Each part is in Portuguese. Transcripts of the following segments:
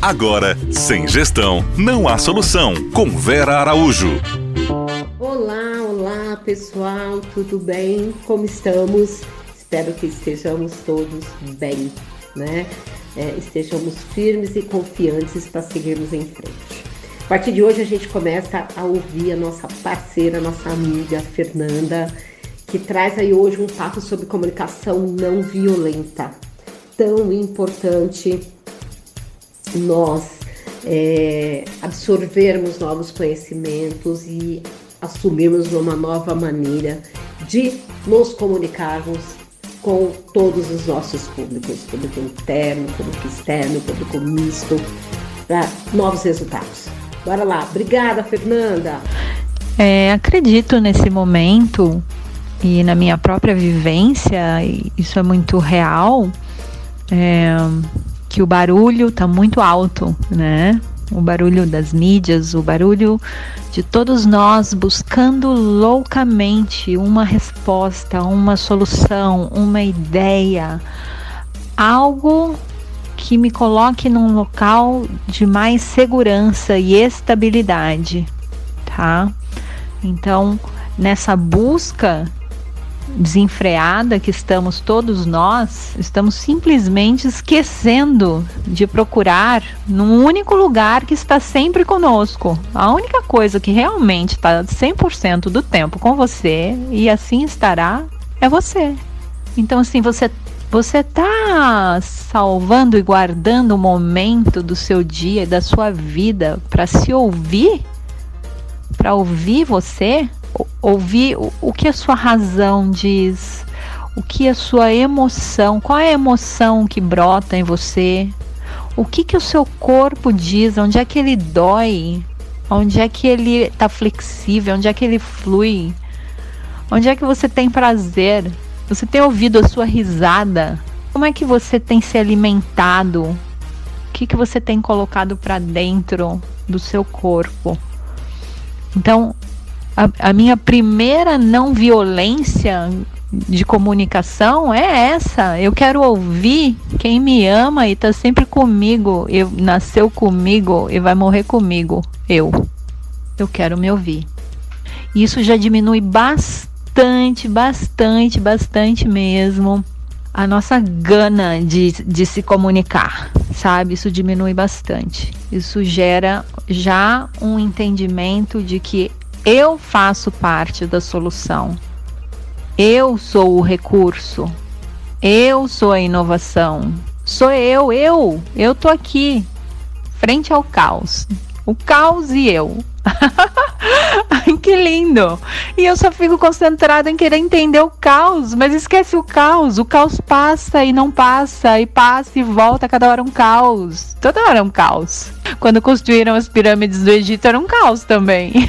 Agora, sem gestão, não há solução. Com Vera Araújo. Olá pessoal, tudo bem? Como estamos? Espero que estejamos todos bem, né? Estejamos firmes e confiantes para seguirmos em frente. A partir de hoje a gente começa a ouvir a nossa parceira, nossa amiga Fernanda, que traz aí hoje um papo sobre comunicação não violenta. Tão importante nós absorvermos novos conhecimentos e assumirmos uma nova maneira de nos comunicarmos com todos os nossos públicos, público interno, público externo, público misto, para novos resultados. Bora lá. Obrigada, Fernanda. Acredito nesse momento e na minha própria vivência, isso é muito real, que o barulho está muito alto, né? O barulho das mídias, o barulho de todos nós buscando loucamente uma resposta, uma solução, uma ideia, algo que me coloque num local de mais segurança e estabilidade, tá? Então, nessa busca desenfreada que estamos todos nós, estamos simplesmente esquecendo de procurar num único lugar que está sempre conosco. A única coisa que realmente está 100% do tempo com você, e assim estará, é você. Então, assim, você está salvando e guardando o momento do seu dia e da sua vida para se ouvir? Para ouvir você? Ouvir o que a sua razão diz, o que a sua emoção, qual é a emoção que brota em você, o que o seu corpo diz, onde é que ele dói, onde é que ele está flexível, onde é que ele flui, onde é que você tem prazer, você tem ouvido a sua risada, como é que você tem se alimentado, o que você tem colocado para dentro do seu corpo. Então, a minha primeira não violência de comunicação é essa. Eu quero ouvir quem me ama e está sempre comigo, nasceu comigo e vai morrer comigo. Eu quero me ouvir. Isso já diminui bastante mesmo a nossa gana de se comunicar, sabe? Isso diminui bastante. Isso gera já um entendimento de que eu faço parte da solução. Eu sou o recurso. Eu sou a inovação. Sou eu tô aqui, frente ao caos. O caos e eu. Que lindo! E eu só fico concentrada em querer entender o caos, mas esquece o caos. O caos passa e não passa, e passa e volta, cada hora um caos. Toda hora é um caos. Quando construíram as pirâmides do Egito era um caos também.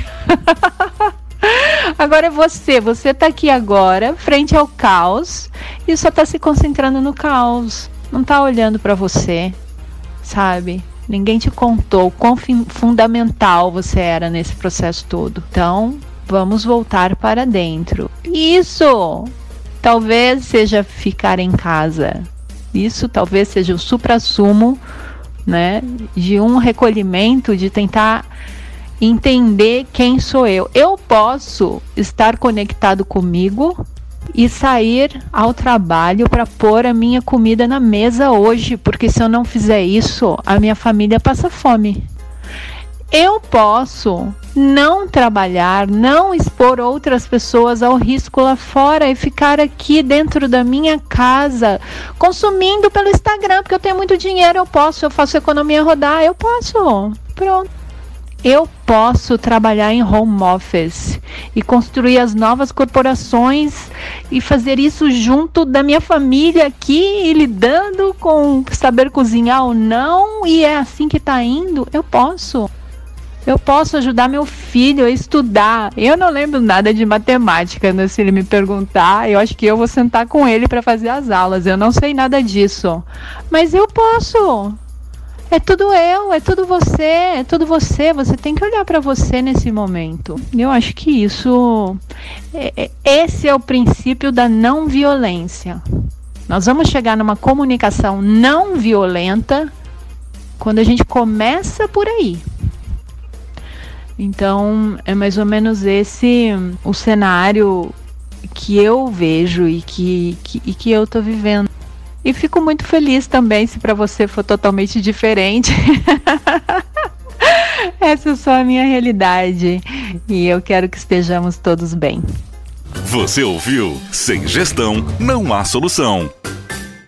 Agora é você tá aqui agora, frente ao caos, e só tá se concentrando no caos. Não tá olhando para você, sabe? Ninguém te contou quão fundamental você era nesse processo todo. Então, vamos voltar para dentro. Isso talvez seja ficar em casa. Isso talvez seja o suprassumo, né, de um recolhimento, de tentar entender quem sou eu. Eu posso estar conectado comigo e sair ao trabalho para pôr a minha comida na mesa hoje, porque se eu não fizer isso, a minha família passa fome. Eu posso não trabalhar, não expor outras pessoas ao risco lá fora e ficar aqui dentro da minha casa, consumindo pelo Instagram, porque eu tenho muito dinheiro, eu faço a economia rodar, eu posso. Pronto. Eu posso trabalhar em home office e construir as novas corporações e fazer isso junto da minha família aqui e lidando com saber cozinhar ou não, e é assim que está indo. Eu posso ajudar meu filho a estudar. Eu não lembro nada de matemática, né? Se ele me perguntar, eu acho que eu vou sentar com ele para fazer as aulas. Eu não sei nada disso, mas eu posso. É tudo eu, é tudo você. Você tem que olhar para você nesse momento. Eu acho que esse é o princípio da não violência. Nós vamos chegar numa comunicação não violenta quando a gente começa por aí. Então, é mais ou menos esse o cenário que eu vejo e que eu tô vivendo. E fico muito feliz também se para você for totalmente diferente. Essa é só a minha realidade e eu quero que estejamos todos bem. Você ouviu Sem Gestão Não Há Solução,